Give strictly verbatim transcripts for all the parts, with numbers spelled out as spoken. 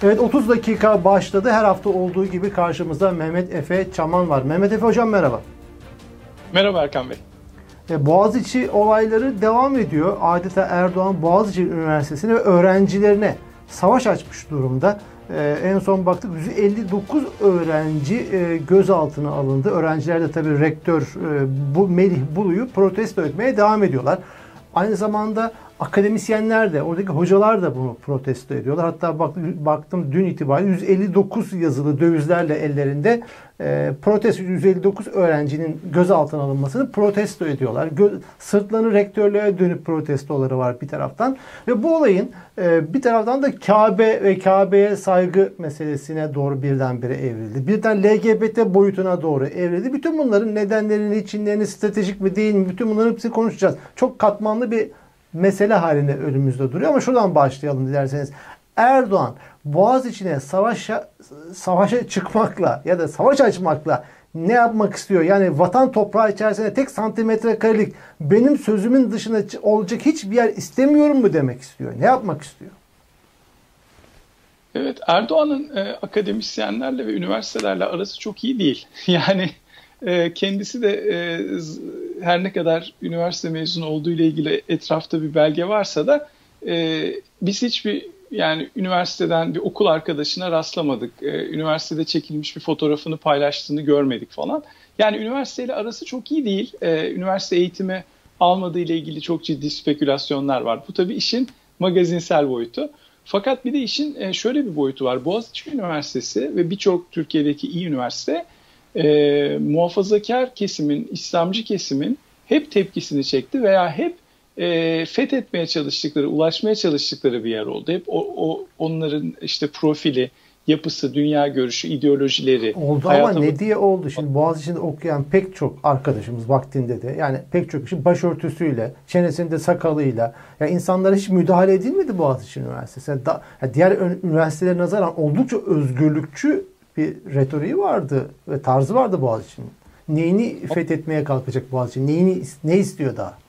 Evet, otuz dakika başladı. Her hafta olduğu gibi karşımızda Mehmet Efe Çaman var. Mehmet Efe hocam merhaba. Merhaba Erkan Bey. Boğaziçi olayları devam ediyor. Adeta Erdoğan Boğaziçi Üniversitesi'ne ve öğrencilerine savaş açmış durumda. Ee, en son baktık yüz elli dokuz öğrenci e, gözaltına alındı. Öğrenciler de tabii rektör e, bu Melih Bulu'yu protesto etmeye devam ediyorlar. Aynı zamanda akademisyenler de, oradaki hocalar da bunu protesto ediyorlar. Hatta bak, baktım dün itibariyle yüz elli dokuz yazılı dövizlerle ellerinde e, protesto yüz elli dokuz öğrencinin gözaltına alınmasını protesto ediyorlar. Gö- sırtlarını rektörlüğe dönüp protestoları var bir taraftan. Ve bu olayın e, bir taraftan da Kabe ve Kabe'ye saygı meselesine doğru birdenbire evrildi. Birden L G B T boyutuna doğru evrildi. Bütün bunların nedenlerini, içinlerini, stratejik mi değil mi, bütün bunların hepsini konuşacağız. Çok katmanlı bir mesele halinde önümüzde duruyor ama şuradan başlayalım dilerseniz. Erdoğan Boğaziçi'ne savaşa, savaşa çıkmakla ya da savaş açmakla ne yapmak istiyor? Yani vatan toprağı içerisinde tek santimetre karelik benim sözümün dışında olacak hiçbir yer istemiyorum mu demek istiyor? Ne yapmak istiyor? Evet, Erdoğan'ın e, akademisyenlerle ve üniversitelerle arası çok iyi değil. Yani e, kendisi de e, her ne kadar üniversite mezunu olduğu ile ilgili etrafta bir belge varsa da e, biz hiçbir yani üniversiteden bir okul arkadaşına rastlamadık. E, üniversitede çekilmiş bir fotoğrafını paylaştığını görmedik falan. Yani üniversiteyle arası çok iyi değil. E, üniversite eğitimi almadığı ile ilgili çok ciddi spekülasyonlar var. Bu tabii işin magazinsel boyutu. Fakat bir de işin şöyle bir boyutu var. Boğaziçi Üniversitesi ve birçok Türkiye'deki iyi üniversite e, muhafazakar kesimin, İslamcı kesimin hep tepkisini çekti veya hep e, fethetmeye çalıştıkları, ulaşmaya çalıştıkları bir yer oldu. Hep o, o onların işte profili, yapısı, dünya görüşü, ideolojileri. Oldu ama ne diye oldu? Şimdi Boğaziçi'nde okuyan pek çok arkadaşımız vaktinde de yani pek çok kişi başörtüsüyle, çenesinde sakalıyla ya insanlara hiç müdahale edilmedi Boğaziçi Üniversitesi. Da, ya diğer üniversitelere nazaran oldukça özgürlükçü bir retoriği vardı ve tarzı vardı Boğaziçi'nin. Neyini fethetmeye kalkacak Boğaziçi? Neyini ne istiyor daha?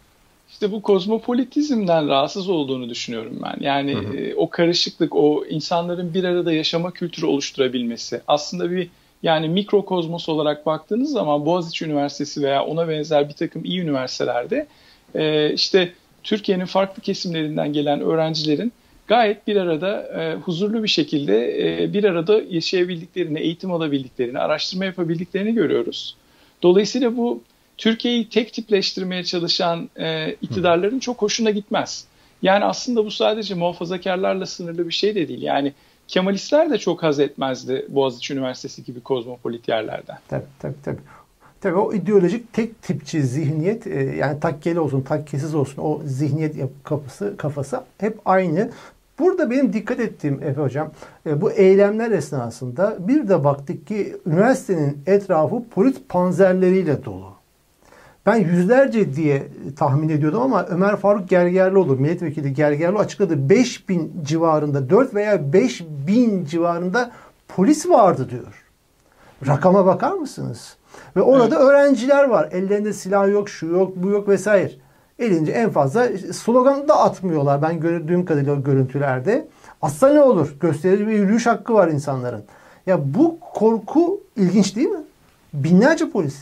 İşte bu kozmopolitizmden rahatsız olduğunu düşünüyorum ben. Yani hı hı. E, o karışıklık, o insanların bir arada yaşama kültürü oluşturabilmesi. Aslında bir yani mikrokozmos olarak baktığınız zaman Boğaziçi Üniversitesi veya ona benzer bir takım iyi üniversitelerde e, işte Türkiye'nin farklı kesimlerinden gelen öğrencilerin gayet bir arada e, huzurlu bir şekilde e, bir arada yaşayabildiklerini, eğitim alabildiklerini, araştırma yapabildiklerini görüyoruz. Dolayısıyla bu Türkiye'yi tek tipleştirmeye çalışan e, iktidarların çok hoşuna gitmez. Yani aslında bu sadece muhafazakarlarla sınırlı bir şey de değil. Yani Kemalistler de çok haz etmezdi Boğaziçi Üniversitesi gibi kozmopolit yerlerden. Tabii tabii tabii. Tabii o ideolojik tek tipçi zihniyet e, yani takkeli olsun, takkesiz olsun o zihniyet kafası, kafası hep aynı. Burada benim dikkat ettiğim Efe Hocam e, bu eylemler esnasında bir de baktık ki üniversitenin etrafı polis panzerleriyle dolu. Ben yüzlerce diye tahmin ediyordum ama Ömer Faruk Gergerlioğlu, milletvekili Gergerlioğlu açıkladı. beş bin civarında, dört veya beş bin civarında polis vardı diyor. Rakama bakar mısınız? Ve orada evet. öğrenciler var. Ellerinde silah yok, şu yok, bu yok vesaire. Elince en fazla slogan da atmıyorlar. Ben gördüğüm kadarıyla o görüntülerde. Atsa ne olur? Gösterici bir yürüyüş hakkı var insanların. Ya bu korku ilginç değil mi? Binlerce polis.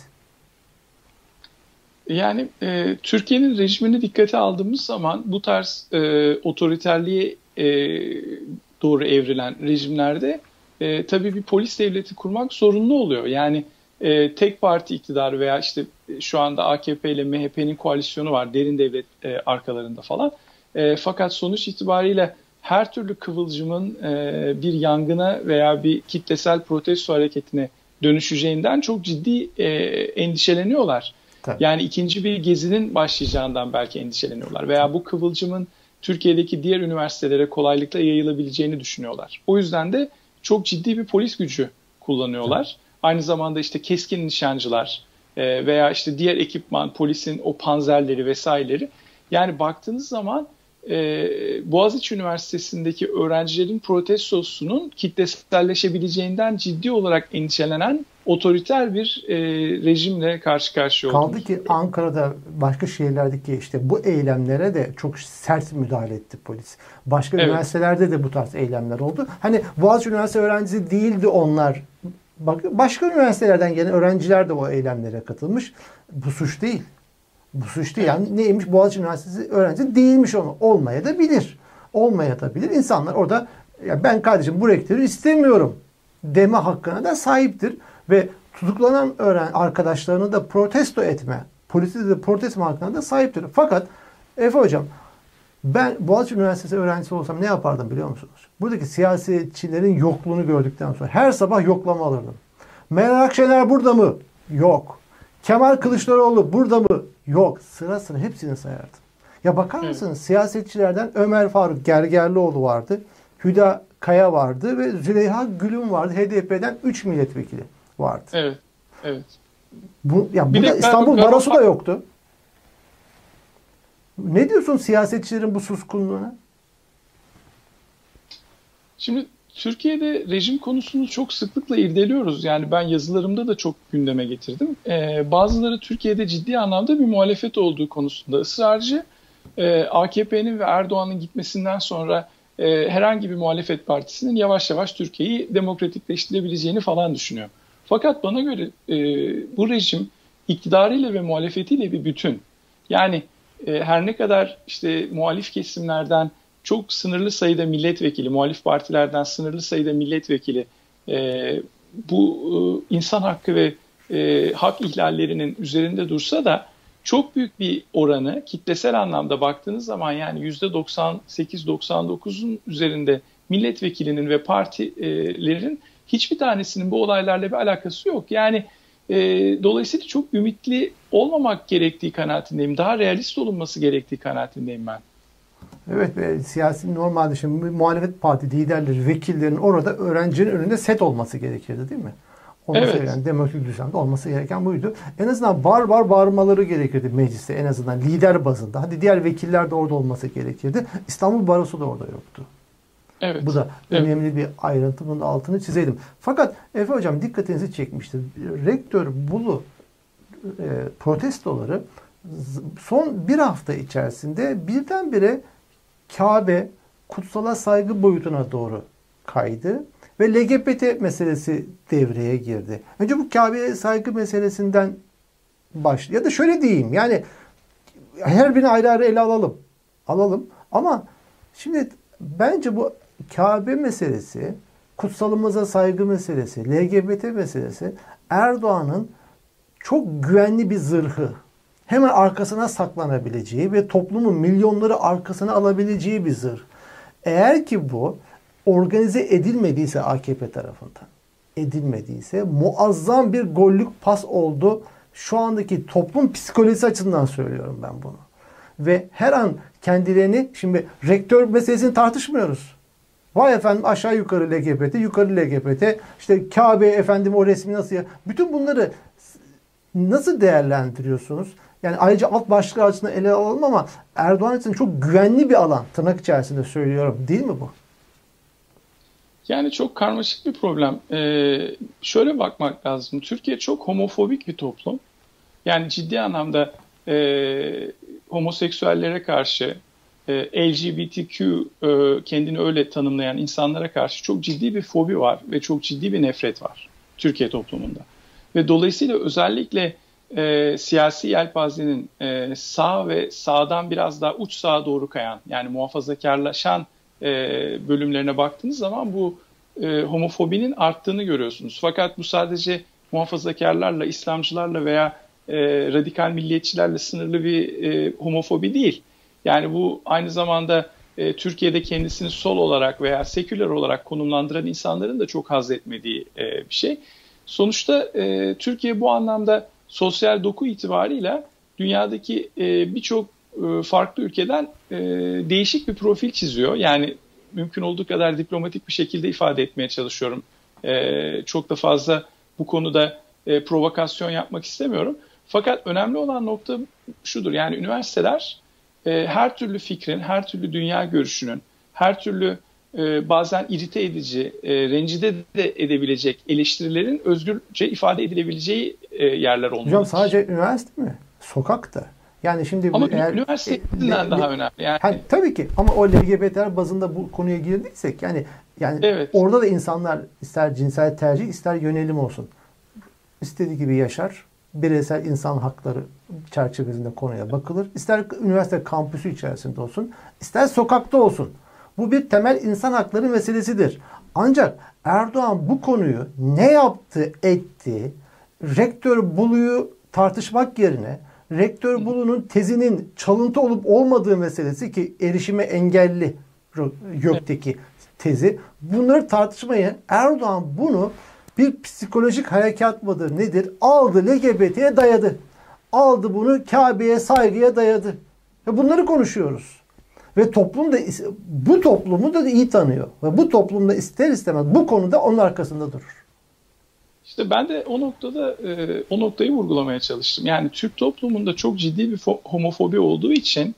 Yani e, Türkiye'nin rejimini dikkate aldığımız zaman bu tarz e, otoriterliğe e, doğru evrilen rejimlerde e, tabii bir polis devleti kurmak zorunlu oluyor. Yani e, tek parti iktidarı veya işte şu anda A K P ile M H P'nin koalisyonu var derin devlet e, arkalarında falan. E, fakat sonuç itibariyle her türlü kıvılcımın e, bir yangına veya bir kitlesel protesto hareketine dönüşeceğinden çok ciddi e, endişeleniyorlar. Tabii. Yani ikinci bir gezinin başlayacağından belki endişeleniyorlar veya bu kıvılcımın Türkiye'deki diğer üniversitelere kolaylıkla yayılabileceğini düşünüyorlar. O yüzden de çok ciddi bir polis gücü kullanıyorlar. Tabii. Aynı zamanda işte keskin nişancılar veya işte diğer ekipman, polisin o panzerleri vesaireleri. Yani baktığınız zaman e, Boğaziçi Üniversitesi'ndeki öğrencilerin protestosunun kitleselleşebileceğinden ciddi olarak endişelenen otoriter bir e, rejimle karşı karşıya olduk. Kaldı ki Ankara'da, başka şehirlerdeki işte bu eylemlere de çok sert müdahale etti polis. Başka evet. üniversitelerde de bu tarz eylemler oldu. Hani Boğaziçi Üniversitesi öğrencisi değildi onlar. Bak, başka üniversitelerden gelen öğrenciler de o eylemlere katılmış. Bu suç değil. Bu suç değil. Evet. Yani neymiş? Boğaziçi Üniversitesi öğrencisi değilmiş onu. Olmaya da bilir. Olmaya da bilir. İnsanlar orada ya ben kardeşim bu rektörü istemiyorum deme hakkına da sahiptir. Ve tutuklanan öğren arkadaşlarını da protesto etme, polisi de protesto hakkına da sahiptir. Fakat Efe Hocam, ben Boğaziçi Üniversitesi öğrencisi olsam ne yapardım biliyor musunuz? Buradaki siyasetçilerin yokluğunu gördükten sonra her sabah yoklama alırdım. Meral Akşener burada mı? Yok. Kemal Kılıçdaroğlu burada mı? Yok. Sıra sıra hepsini sayardım. Ya bakar mısınız? Evet. Siyasetçilerden Ömer Faruk Gergerlioğlu vardı. Hüda Kaya vardı ve Züleyha Gülüm vardı. H D P'den üç milletvekili vardı. Evet. Evet. Bu, ya burada İstanbul Barosu da yoktu. Ne diyorsun siyasetçilerin bu suskunluğuna? Şimdi Türkiye'de rejim konusunu çok sıklıkla irdeliyoruz. Yani ben yazılarımda da çok gündeme getirdim. Ee, bazıları Türkiye'de ciddi anlamda bir muhalefet olduğu konusunda ısrarcı. Ee, A K P'nin ve Erdoğan'ın gitmesinden sonra e, herhangi bir muhalefet partisinin yavaş yavaş Türkiye'yi demokratikleştirebileceğini falan düşünüyor. Fakat bana göre e, bu rejim iktidarıyla ve muhalefetiyle bir bütün. Yani e, her ne kadar işte muhalif kesimlerden çok sınırlı sayıda milletvekili, muhalif partilerden sınırlı sayıda milletvekili e, bu e, insan hakkı ve e, hak ihlallerinin üzerinde dursa da çok büyük bir oranı kitlesel anlamda baktığınız zaman yani yüzde doksan sekiz doksan dokuzun üzerinde milletvekilinin ve partilerin hiçbir tanesinin bu olaylarla bir alakası yok. Yani e, dolayısıyla çok ümitli olmamak gerektiği kanaatindeyim. Daha realist olunması gerektiği kanaatindeyim ben. Evet, ve siyasi normalde şimdi muhalefet parti liderleri, vekillerin orada öğrencinin önünde set olması gerekirdi değil mi? Onu evet. söyleyen demokratik düzende olması gereken buydu. En azından var var bağırmaları gerekirdi mecliste, en azından lider bazında. Hadi diğer vekiller de orada olması gerekirdi. İstanbul Barosu da orada yoktu. Evet. Bu da evet. önemli bir ayrıntı. Bunun da altını çizeydim. Fakat Efe Hocam dikkatinizi çekmiştir. Rektör Bulu e, protestoları son bir hafta içerisinde birdenbire Kabe, kutsala saygı boyutuna doğru kaydı ve L G B T meselesi devreye girdi. Önce bu Kabe'ye saygı meselesinden başlı. Ya da şöyle diyeyim, yani her birini ayrı ayrı ele alalım. Alalım. Ama şimdi bence bu Kabe meselesi, kutsalımıza saygı meselesi, L G B T meselesi Erdoğan'ın çok güvenli bir zırhı. Hemen arkasına saklanabileceği ve toplumun milyonları arkasına alabileceği bir zırh. Eğer ki bu organize edilmediyse A K P tarafından, edilmediyse muazzam bir gollük pas oldu. Şu andaki toplum psikolojisi açısından söylüyorum ben bunu. Ve her an kendilerini, şimdi rektör meselesini tartışmıyoruz. Vay efendim aşağı yukarı L G B T, yukarı L G B T, işte Kabe efendim o resmi nasıl ya? Bütün bunları nasıl değerlendiriyorsunuz? Yani ayrıca alt başlıklar açısından ele alalım ama Erdoğan için çok güvenli bir alan, tırnak içerisinde söylüyorum, değil mi bu? Yani çok karmaşık bir problem. Ee, şöyle bakmak lazım. Türkiye çok homofobik bir toplum. Yani ciddi anlamda e, homoseksüellere karşı, e, L G B T Q e, kendini öyle tanımlayan insanlara karşı çok ciddi bir fobi var ve çok ciddi bir nefret var Türkiye toplumunda. Ve dolayısıyla özellikle e, siyasi yelpazenin e, sağ ve sağdan biraz daha uç sağa doğru kayan, yani muhafazakarlaşan e, bölümlerine baktığınız zaman bu e, homofobinin arttığını görüyorsunuz. Fakat bu sadece muhafazakarlarla, İslamcılarla veya e, radikal milliyetçilerle sınırlı bir e, homofobi değil. Yani bu aynı zamanda e, Türkiye'de kendisini sol olarak veya seküler olarak konumlandıran insanların da çok haz etmediği e, bir şey. Sonuçta e, Türkiye bu anlamda sosyal doku itibarıyla dünyadaki e, birçok e, farklı ülkeden e, değişik bir profil çiziyor. Yani mümkün olduğu kadar diplomatik bir şekilde ifade etmeye çalışıyorum. E, çok da fazla bu konuda e, provokasyon yapmak istemiyorum. Fakat önemli olan nokta şudur. Yani üniversiteler e, her türlü fikrin, her türlü dünya görüşünün, her türlü e, bazen irite edici, e, rencide de edebilecek eleştirilerin özgürce ifade edilebileceği e, yerler olmalı. Hocam sadece üniversite mi? Sokakta. Yani şimdi ama eğer, üniversitesinden e, daha önemli. Yani hani, tabii ki ama o L G B T bazında bu konuya girdiysek yani yani evet. Orada da insanlar ister cinsel tercih ister yönelim olsun. İstediği gibi yaşar. Bireysel insan hakları çerçevesinde konuya bakılır. İster üniversite kampüsü içerisinde olsun, ister sokakta olsun. Bu bir temel insan hakları meselesidir. Ancak Erdoğan bu konuyu ne yaptı, etti, Rektör Bulu'yu tartışmak yerine Rektör Bulu'nun tezinin çalıntı olup olmadığı meselesi ki erişime engelli YÖK'teki tezi. Bunları tartışmaya Erdoğan bunu bir psikolojik harekat mıdır nedir? Aldı L G B T'ye dayadı. Aldı bunu Kabe'ye saygıya dayadı. Ve bunları konuşuyoruz. Ve toplum da bu toplumu da iyi tanıyor. Ve bu toplumda ister istemez bu konuda onun arkasında durur. İşte ben de o noktada e, o noktayı vurgulamaya çalıştım. Yani Türk toplumunda çok ciddi bir homofobi olduğu için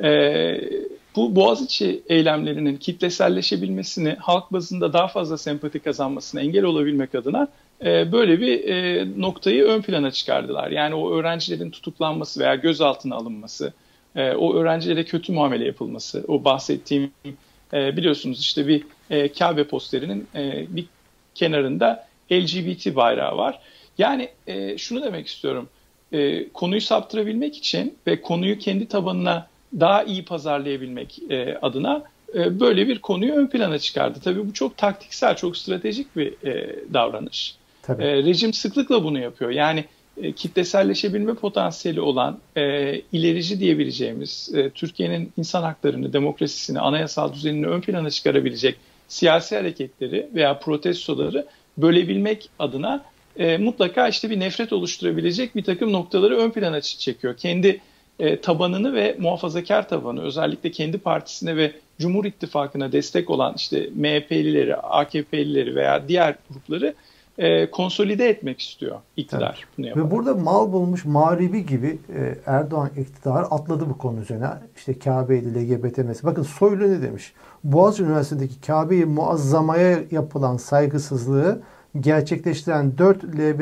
e, bu Boğaziçi eylemlerinin kitleselleşebilmesini, halk bazında daha fazla sempati kazanmasına engel olabilmek adına e, böyle bir e, noktayı ön plana çıkardılar. Yani o öğrencilerin tutuklanması veya gözaltına alınması, e, o öğrencilere kötü muamele yapılması, o bahsettiğim e, biliyorsunuz işte bir e, Kabe posterinin e, bir kenarında L G B T bayrağı var. Yani e, şunu demek istiyorum, e, konuyu saptırabilmek için ve konuyu kendi tabanına daha iyi pazarlayabilmek e, adına e, böyle bir konuyu ön plana çıkardı. Tabii bu çok taktiksel, çok stratejik bir e, davranış. Tabii. E, rejim sıklıkla bunu yapıyor. Yani e, kitleselleşebilme potansiyeli olan, e, ilerici diyebileceğimiz, e, Türkiye'nin insan haklarını, demokrasisini, anayasal düzenini ön plana çıkarabilecek siyasi hareketleri veya protestoları bölebilmek adına e, mutlaka işte bir nefret oluşturabilecek bir takım noktaları ön plana çekiyor. Kendi e, tabanını ve muhafazakar tabanı, özellikle kendi partisine ve Cumhur İttifakı'na destek olan işte M H P'lileri, A K P'lileri veya diğer grupları e, konsolide etmek istiyor iktidar. Evet. Bunu yaparak. Ve burada mal bulmuş mağribi gibi e, Erdoğan iktidarı atladı bu konu üzerine. İşte Kabe'ydi, L G B T meselesi. Bakın Soylu ne demiş? Boğaziçi Üniversitesi'ndeki Kabe'yi muazzamaya yapılan saygısızlığı gerçekleştiren dört L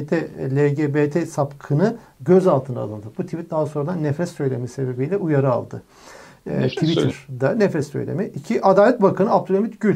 G B T sapkını gözaltına alındı. Bu tweet daha sonradan nefret söylemi sebebiyle uyarı aldı. E, Twitter'da nefret söylemi. İki, Adalet Bakanı Abdülhamit Gül.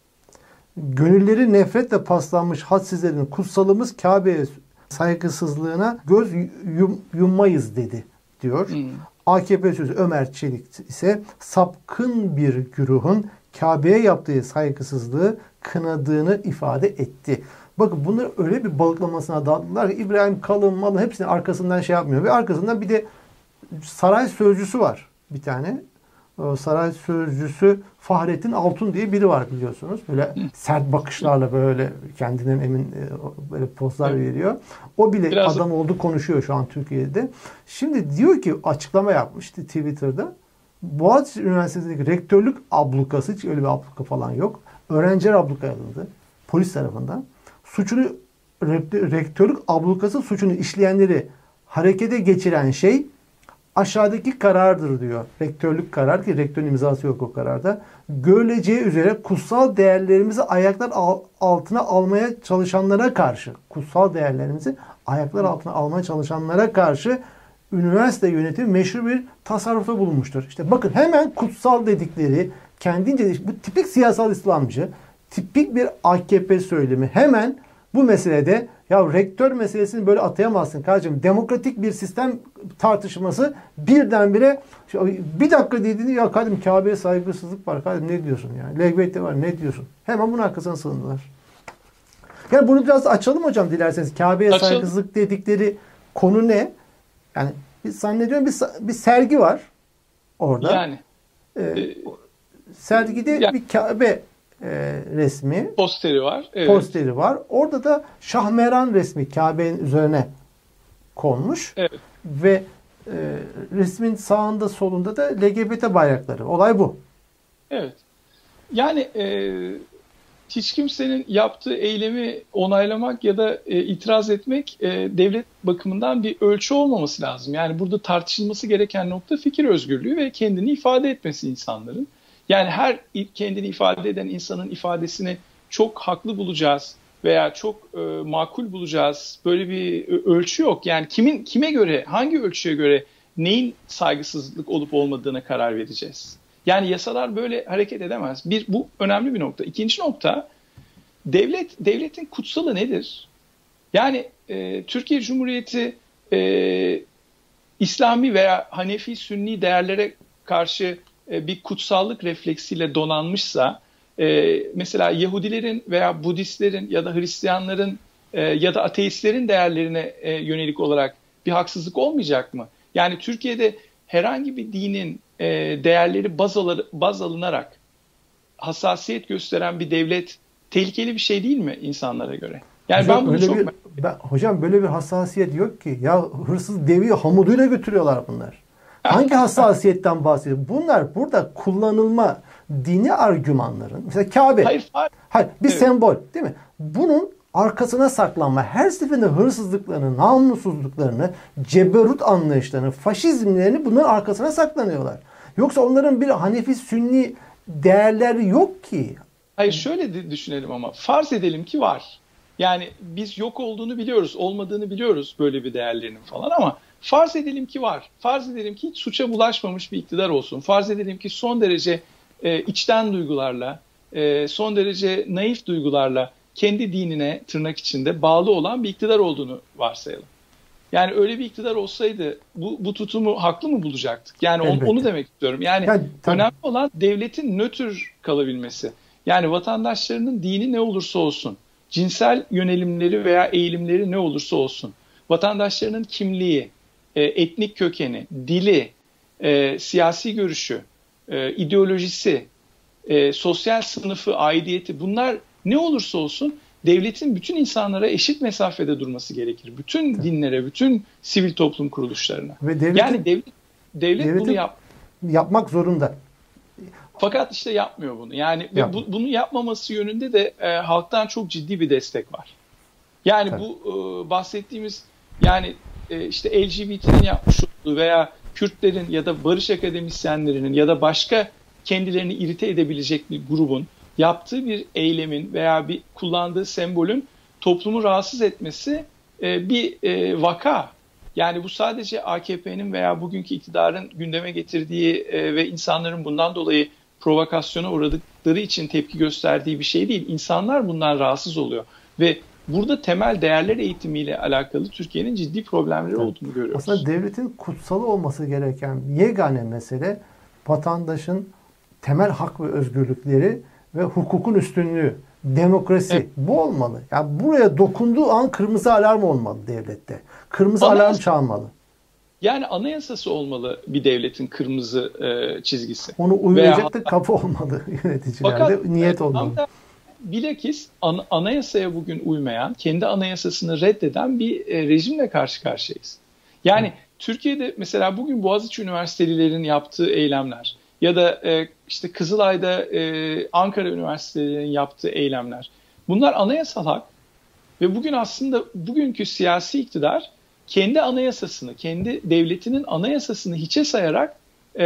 Gönülleri nefretle paslanmış hadsizlerin kutsalımız Kabe'ye saygısızlığına göz yum, yummayız dedi diyor. Hmm. A K P sözü Ömer Çelik ise sapkın bir güruhun Kabe'ye yaptığı saygısızlığı kınadığını ifade etti. Bakın bunları öyle bir balıklamasına daldılar ki İbrahim Kalın malı hepsinin arkasından şey yapmıyor. Ve arkasından bir de saray sözcüsü var bir tane. O saray sözcüsü Fahrettin Altun diye biri var biliyorsunuz. Böyle Hı. sert bakışlarla böyle kendinden emin böyle pozlar Hı. veriyor. O bile Biraz adam oldu konuşuyor şu an Türkiye'de. Şimdi diyor ki açıklama yapmıştı Twitter'da. Boğaziçi Üniversitesi'ndeki rektörlük ablukası, hiç öyle bir abluka falan yok. Öğrenciler ablukaya alındı polis tarafından. Suçunu rektörlük ablukası suçunu işleyenleri harekete geçiren şey aşağıdaki karardır diyor. Rektörlük karar ki rektörün imzası yok o kararda. Görüleceği üzere kutsal değerlerimizi ayaklar altına almaya çalışanlara karşı, kutsal değerlerimizi ayaklar altına almaya çalışanlara karşı üniversite yönetimi meşru bir tasarrufta bulunmuştur. İşte bakın hemen kutsal dedikleri kendince bu tipik siyasal İslamcı, tipik bir A K P söylemi hemen bu meselede ya rektör meselesini böyle atayamazsın kardeşim. Demokratik bir sistem tartışması birdenbire bir dakika dediğinde ya kardeşim Kabe'ye saygısızlık var kardeşim ne diyorsun yani? L G B T var ne diyorsun? Hemen bunun arkasına sığındılar. Yani bunu biraz açalım hocam dilerseniz. Kabe'ye saygısızlık dedikleri konu ne? Yani biz zannediyorum bir, bir sergi var orada. Yani. Ee, sergide yani, bir Kabe e, resmi. Posteri var. Evet. Posteri var. Orada da Şahmeran resmi Kabe'nin üzerine konmuş. Evet. Ve e, resmin sağında solunda da L G B T bayrakları. Olay bu. Evet. Yani e, hiç kimsenin yaptığı eylemi onaylamak ya da e, itiraz etmek e, devlet bakımından bir ölçü olmaması lazım. Yani burada tartışılması gereken nokta fikir özgürlüğü ve kendini ifade etmesi insanların. Yani her kendini ifade eden insanın ifadesini çok haklı bulacağız veya çok e, makul bulacağız. Böyle bir ölçü yok. Yani kimin kime göre, hangi ölçüye göre neyin saygısızlık olup olmadığına karar vereceğiz. Yani yasalar böyle hareket edemez. Bir, bu önemli bir nokta. İkinci nokta, devlet devletin kutsalı nedir? Yani e, Türkiye Cumhuriyeti e, İslami veya Hanefi Sünni değerlere karşı e, bir kutsallık refleksiyle donanmışsa, e, mesela Yahudilerin veya Budistlerin ya da Hristiyanların e, ya da ateistlerin değerlerine e, yönelik olarak bir haksızlık olmayacak mı? Yani Türkiye'de herhangi bir dinin e, değerleri baz, alır, baz alınarak hassasiyet gösteren bir devlet tehlikeli bir şey değil mi insanlara göre? Yani hocam, ben bunu çok bir, ben, hocam böyle bir hassasiyet yok ki. Ya hırsız devi hamuduyla götürüyorlar bunlar. Hangi hassasiyetten bahsediyor? Bunlar burada kullanılma dini argümanların. Mesela Kabe. Hayır, hayır. Hayır bir Evet. sembol değil mi? Bunun arkasına saklanma. Her seferinde hırsızlıklarını, namussuzluklarını, ceberut anlayışlarını, faşizmlerini bunların arkasına saklanıyorlar. Yoksa onların bir Hanefi Sünni değerleri yok ki. Hayır, şöyle düşünelim ama farz edelim ki var. Yani biz yok olduğunu biliyoruz, olmadığını biliyoruz böyle bir değerlerinin falan, ama farz edelim ki var. Farz edelim ki hiç suça bulaşmamış bir iktidar olsun. Farz edelim ki son derece e, içten duygularla, e, son derece naif duygularla kendi dinine tırnak içinde bağlı olan bir iktidar olduğunu varsayalım. Yani öyle bir iktidar olsaydı bu, bu tutumu haklı mı bulacaktık? Yani onu, onu demek istiyorum. Yani, yani önemli olan devletin nötr kalabilmesi. Yani vatandaşlarının dini ne olursa olsun, cinsel yönelimleri veya eğilimleri ne olursa olsun, vatandaşlarının kimliği, e, etnik kökeni, dili, e, siyasi görüşü, e, ideolojisi, e, sosyal sınıfı, aidiyeti, bunlar ne olursa olsun devletin bütün insanlara eşit mesafede durması gerekir. Bütün dinlere, bütün sivil toplum kuruluşlarına. Ve devletin, yani devlet, devlet bunu yap yapmak zorunda. Fakat işte yapmıyor bunu. Yani ve bu, bunu yapmaması yönünde de e, halktan çok ciddi bir destek var. Yani Tabii. bu e, bahsettiğimiz yani e, işte L G B T'nin yapmış olduğu veya Kürtlerin ya da barış akademisyenlerinin ya da başka kendilerini irite edebilecek bir grubun yaptığı bir eylemin veya bir kullandığı sembolün toplumu rahatsız etmesi e, bir e, vaka. Yani bu sadece A K P'nin veya bugünkü iktidarın gündeme getirdiği e, ve insanların bundan dolayı provokasyona uğradıkları için tepki gösterdiği bir şey değil. İnsanlar bundan rahatsız oluyor ve burada temel değerler eğitimiyle alakalı Türkiye'nin ciddi problemleri olduğunu görüyoruz. Aslında devletin kutsalı olması gereken yegane mesele vatandaşın temel hak ve özgürlükleri ve hukukun üstünlüğü, demokrasi. Evet. Bu olmalı. Yani buraya dokunduğu an kırmızı alarm olmalı devlette. Kırmızı Anayasa, alarm çalmalı. Yani anayasası olmalı bir devletin kırmızı e, çizgisi. Onu uygulayacak da kapı olmalı yöneticilerde. Fakat, niyet olmalı. Fakat bilakis an, anayasaya bugün uymayan, kendi anayasasını reddeden bir e, rejimle karşı karşıyayız. Yani Hı. Türkiye'de mesela bugün Boğaziçi Üniversitelilerin yaptığı eylemler ya da e, işte Kızılay'da e, Ankara Üniversitelerinin yaptığı eylemler, bunlar anayasal hak ve bugün aslında bugünkü siyasi iktidar kendi anayasasını, kendi devletinin anayasasını hiçe sayarak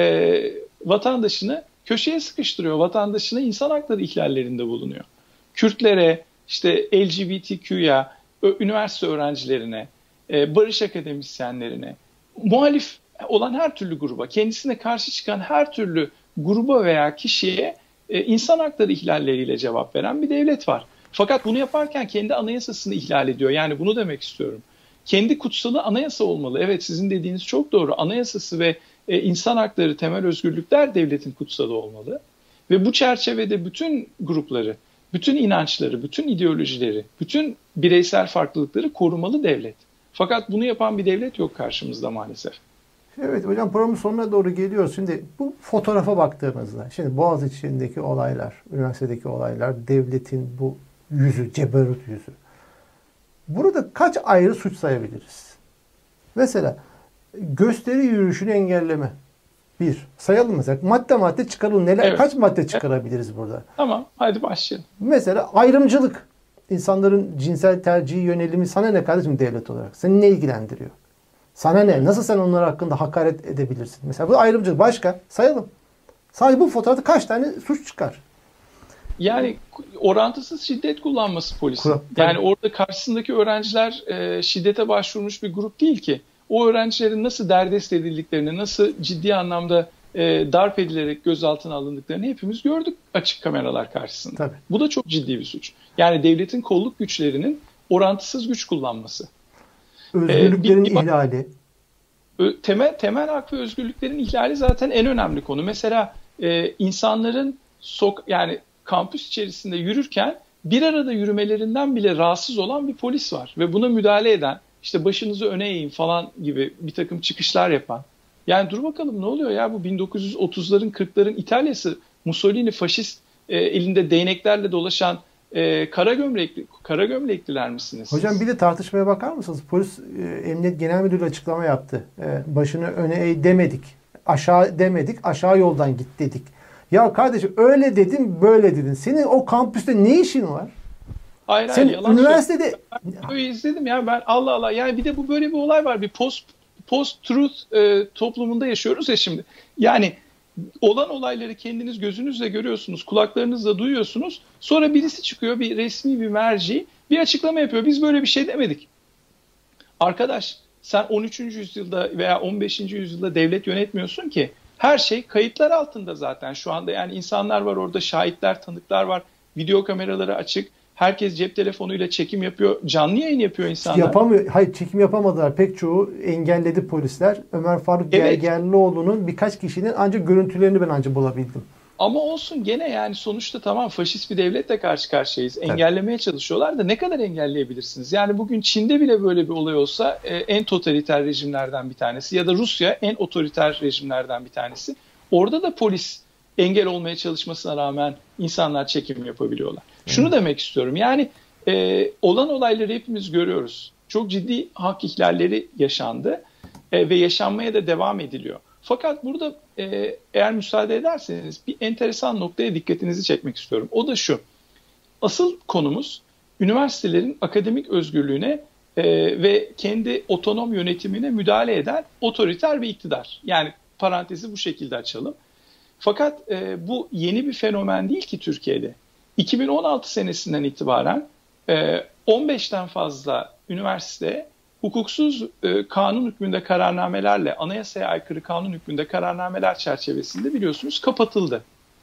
e, vatandaşını köşeye sıkıştırıyor. Vatandaşına insan hakları ihlallerinde bulunuyor. Kürtlere, işte L G B T Q'ya, üniversite öğrencilerine, e, barış akademisyenlerine, muhalif olan her türlü gruba, kendisine karşı çıkan her türlü gruba veya kişiye e, insan hakları ihlalleriyle cevap veren bir devlet var. Fakat bunu yaparken kendi anayasasını ihlal ediyor. Yani bunu demek istiyorum. Kendi kutsalı anayasa olmalı. Evet, sizin dediğiniz çok doğru. Anayasası ve e, insan hakları, temel özgürlükler devletin kutsalı olmalı. Ve bu çerçevede bütün grupları, bütün inançları, bütün ideolojileri, bütün bireysel farklılıkları korumalı devlet. Fakat bunu yapan bir devlet yok karşımızda maalesef. Evet hocam, programın sonuna doğru geliyoruz. Şimdi bu fotoğrafa baktığımızda, şimdi Boğaziçi'ndeki olaylar, üniversitedeki olaylar, devletin bu yüzü, ceberut yüzü. Burada kaç ayrı suç sayabiliriz? Mesela gösteri yürüyüşünü engelleme. Bir. Sayalım mesela. Madde madde çıkaralım. Neler, evet. Kaç madde çıkarabiliriz burada? Tamam. Hadi başlayalım. Mesela ayrımcılık. İnsanların cinsel tercihi, yönelimi sana ne kardeşim devlet olarak? Seni ne ilgilendiriyor? Sana ne? Nasıl sen onlar hakkında hakaret edebilirsin? Mesela bu ayrımcılık. Başka? Sayalım. Sadece bu fotoğrafta kaç tane suç çıkar? Yani orantısız şiddet kullanması polisin. Kur- Yani orada karşısındaki öğrenciler e, şiddete başvurmuş bir grup değil ki. O öğrencilerin nasıl derdest edildiklerini, nasıl ciddi anlamda e, darp edilerek gözaltına alındıklarını hepimiz gördük açık kameralar karşısında. Tabii. Bu da çok ciddi bir suç. Yani devletin kolluk güçlerinin orantısız güç kullanması. Özgürlüklerin Ee, bir, bir, ihlali. Temel, temel hak ve özgürlüklerin ihlali zaten en önemli konu. Mesela e, insanların sok yani kampüs içerisinde yürürken bir arada yürümelerinden bile rahatsız olan bir polis var. Ve buna müdahale eden, işte başınızı öne eğin falan gibi bir takım çıkışlar yapan. Yani dur bakalım ne oluyor ya, bu bin dokuz yüz otuzların kırkların İtalya'sı, Mussolini faşist e, elinde değneklerle dolaşan e, kara gömlekli kara gömlekliler misiniz? Hocam bir de tartışmaya bakar mısınız? Polis e, Emniyet Genel Müdürü açıklama yaptı. E, başını öne eğ demedik. Aşağı demedik. Aşağı yoldan git dedik. Ya kardeşim öyle dedin, böyle dedin. Senin o kampüste ne işin var? Hayır, Sen hayır, yalan üniversitede ben izledim ya, ben Allah Allah. Yani bir de bu böyle bir olay var. Bir post post truth e, toplumunda yaşıyoruz ya şimdi. Yani olan olayları kendiniz gözünüzle görüyorsunuz, kulaklarınızla duyuyorsunuz. Sonra birisi çıkıyor, bir resmi bir merci bir açıklama yapıyor. Biz böyle bir şey demedik. Arkadaş, sen on üçüncü yüzyılda veya on beşinci yüzyılda devlet yönetmiyorsun ki. Her şey kayıtlar altında zaten şu anda. Yani insanlar var orada, şahitler, tanıklar var. Video kameraları açık. Herkes cep telefonuyla çekim yapıyor. Canlı yayın yapıyor insanlar. Yapamıyor. Hayır, çekim yapamadılar. Pek çoğu engelledi polisler. Ömer Faruk Evet. Gergerlioğlu'nun birkaç kişinin ancak görüntülerini ben ancak bulabildim. Ama olsun gene, yani sonuçta tamam, faşist bir devletle karşı karşıyayız. Engellemeye çalışıyorlar da ne kadar engelleyebilirsiniz? Yani bugün Çin'de bile böyle bir olay olsa e, en totaliter rejimlerden bir tanesi, ya da Rusya en otoriter rejimlerden bir tanesi. Orada da polis engel olmaya çalışmasına rağmen insanlar çekim yapabiliyorlar. Hmm. Şunu demek istiyorum, yani e, olan olayları hepimiz görüyoruz. Çok ciddi hak ihlalleri yaşandı e, ve yaşanmaya da devam ediliyor. Fakat burada e, eğer müsaade ederseniz bir enteresan noktaya dikkatinizi çekmek istiyorum. O da şu: asıl konumuz üniversitelerin akademik özgürlüğüne e, ve kendi otonom yönetimine müdahale eden otoriter bir iktidar. Yani parantezi bu şekilde açalım. Fakat e, bu yeni bir fenomen değil ki Türkiye'de. iki bin on altı senesinden itibaren e, on beşten fazla üniversite hukuksuz e, kanun hükmünde kararnamelerle, anayasaya aykırı kanun hükmünde kararnameler çerçevesinde biliyorsunuz kapatıldı.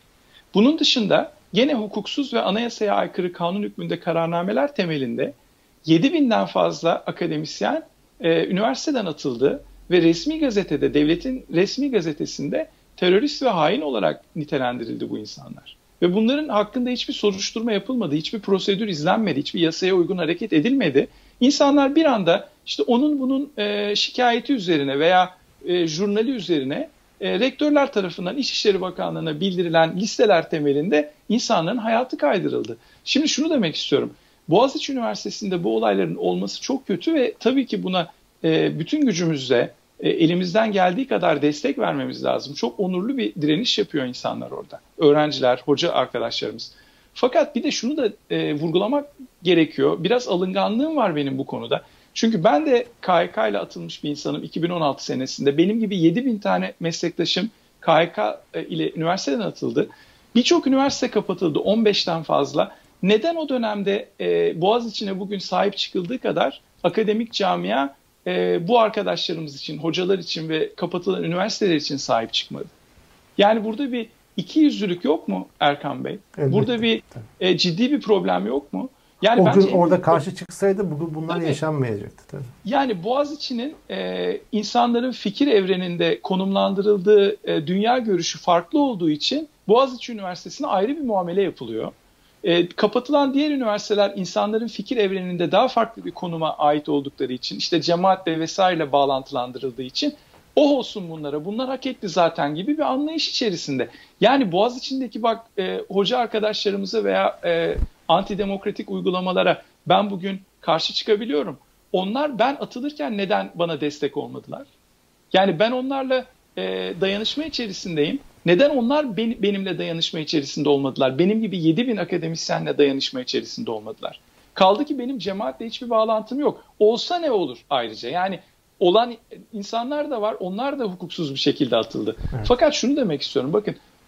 Bunun dışında gene hukuksuz ve anayasaya aykırı kanun hükmünde kararnameler temelinde yedi binden fazla akademisyen e, üniversiteden atıldı ve resmi gazetede, devletin resmi gazetesinde terörist ve hain olarak nitelendirildi bu insanlar. Ve bunların hakkında hiçbir soruşturma yapılmadı, hiçbir prosedür izlenmedi, hiçbir yasaya uygun hareket edilmedi. İnsanlar bir anda işte onun bunun e, şikayeti üzerine veya e, jurnali üzerine e, rektörler tarafından İçişleri Bakanlığı'na bildirilen listeler temelinde insanların hayatı kaydırıldı. Şimdi şunu demek istiyorum. Boğaziçi Üniversitesi'nde bu olayların olması çok kötü ve tabii ki buna e, bütün gücümüzle e, elimizden geldiği kadar destek vermemiz lazım. Çok onurlu bir direniş yapıyor insanlar orada. Öğrenciler, hoca arkadaşlarımız. Fakat bir de şunu da e, vurgulamak gerekiyor. Biraz alınganlığım var benim bu konuda. Çünkü ben de K H K ile atılmış bir insanım iki bin on altı senesinde. Benim gibi yedi bin tane meslektaşım K H K ile üniversiteden atıldı. Birçok üniversite kapatıldı, on beşten fazla. Neden o dönemde e, Boğaziçi'ne bugün sahip çıkıldığı kadar akademik camia e, bu arkadaşlarımız için, hocalar için ve kapatılan üniversiteler için sahip çıkmadı? Yani burada bir ikiyüzlülük yok mu Erkan Bey? Elbette. Burada bir e, ciddi bir problem yok mu? Yani o bence gün orada karşı çıksaydı bugün bunlar tabii yaşanmayacaktı. Tabii. Yani Boğaziçi'nin e, insanların fikir evreninde konumlandırıldığı e, dünya görüşü farklı olduğu için Boğaziçi Üniversitesi'ne ayrı bir muamele yapılıyor. E, kapatılan diğer üniversiteler insanların fikir evreninde daha farklı bir konuma ait oldukları için, işte cemaatle vesaire bağlantılandırıldığı için oh olsun bunlara, bunlar hak etti zaten gibi bir anlayış içerisinde. Yani Boğaziçi'ndeki bak e, hoca arkadaşlarımıza veya e, antidemokratik uygulamalara ben bugün karşı çıkabiliyorum. Onlar ben atılırken neden bana destek olmadılar? Yani ben onlarla e, dayanışma içerisindeyim. Neden onlar ben, benimle dayanışma içerisinde olmadılar? Benim gibi yedi bin akademisyenle dayanışma içerisinde olmadılar. Kaldı ki benim cemaatle hiçbir bağlantım yok. Olsa ne olur ayrıca? Yani olan insanlar da var. Onlar da hukuksuz bir şekilde atıldı. Evet. Fakat şunu demek istiyorum. Bakın,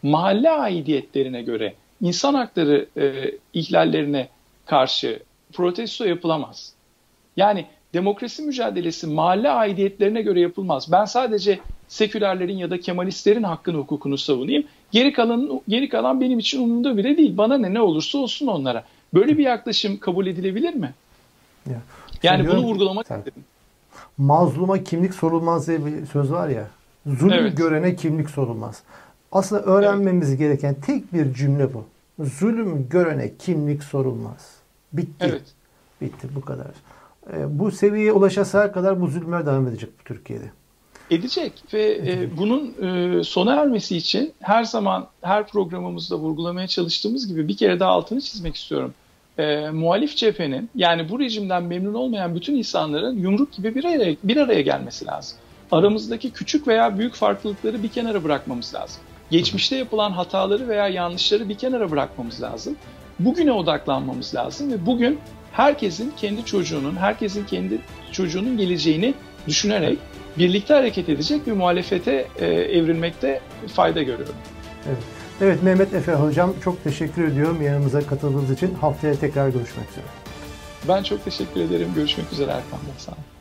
mahalle aidiyetlerine göre, insan hakları e, ihlallerine karşı protesto yapılamaz. Yani demokrasi mücadelesi mahalle aidiyetlerine göre yapılmaz. Ben sadece sekülerlerin ya da Kemalistlerin hakkını, hukukunu savunayım. Geri kalan, geri kalan benim için umurumda bile değil. Bana ne ne olursa olsun onlara. Böyle bir yaklaşım kabul edilebilir mi? Ya, yani diyorum, bunu vurgulamak sen, istedim. Mazluma kimlik sorulmaz diye bir söz var ya. Zulüm Evet. görene kimlik sorulmaz. Aslında öğrenmemiz evet. gereken tek bir cümle bu. Zulüm görene kimlik sorulmaz. Bitti. Evet. Bitti, bu kadar. E, bu seviyeye ulaşasaya kadar bu zulümler devam edecek bu Türkiye'de. Edecek ve e, bunun e, sona ermesi için her zaman her programımızda vurgulamaya çalıştığımız gibi bir kere daha altını çizmek istiyorum. E, muhalif cephenin, yani bu rejimden memnun olmayan bütün insanların yumruk gibi bir araya, bir araya gelmesi lazım. Aramızdaki küçük veya büyük farklılıkları bir kenara bırakmamız lazım. Geçmişte yapılan hataları veya yanlışları bir kenara bırakmamız lazım. Bugüne odaklanmamız lazım ve bugün herkesin kendi çocuğunun, herkesin kendi çocuğunun geleceğini düşünerek birlikte hareket edecek bir muhalefete e, evrilmekte fayda görüyorum. Evet. Evet, Mehmet Efe Hocam, çok teşekkür ediyorum yanımıza katıldığınız için. Haftaya tekrar görüşmek üzere. Ben çok teşekkür ederim. Görüşmek üzere Erkan Bey. Sağ olun.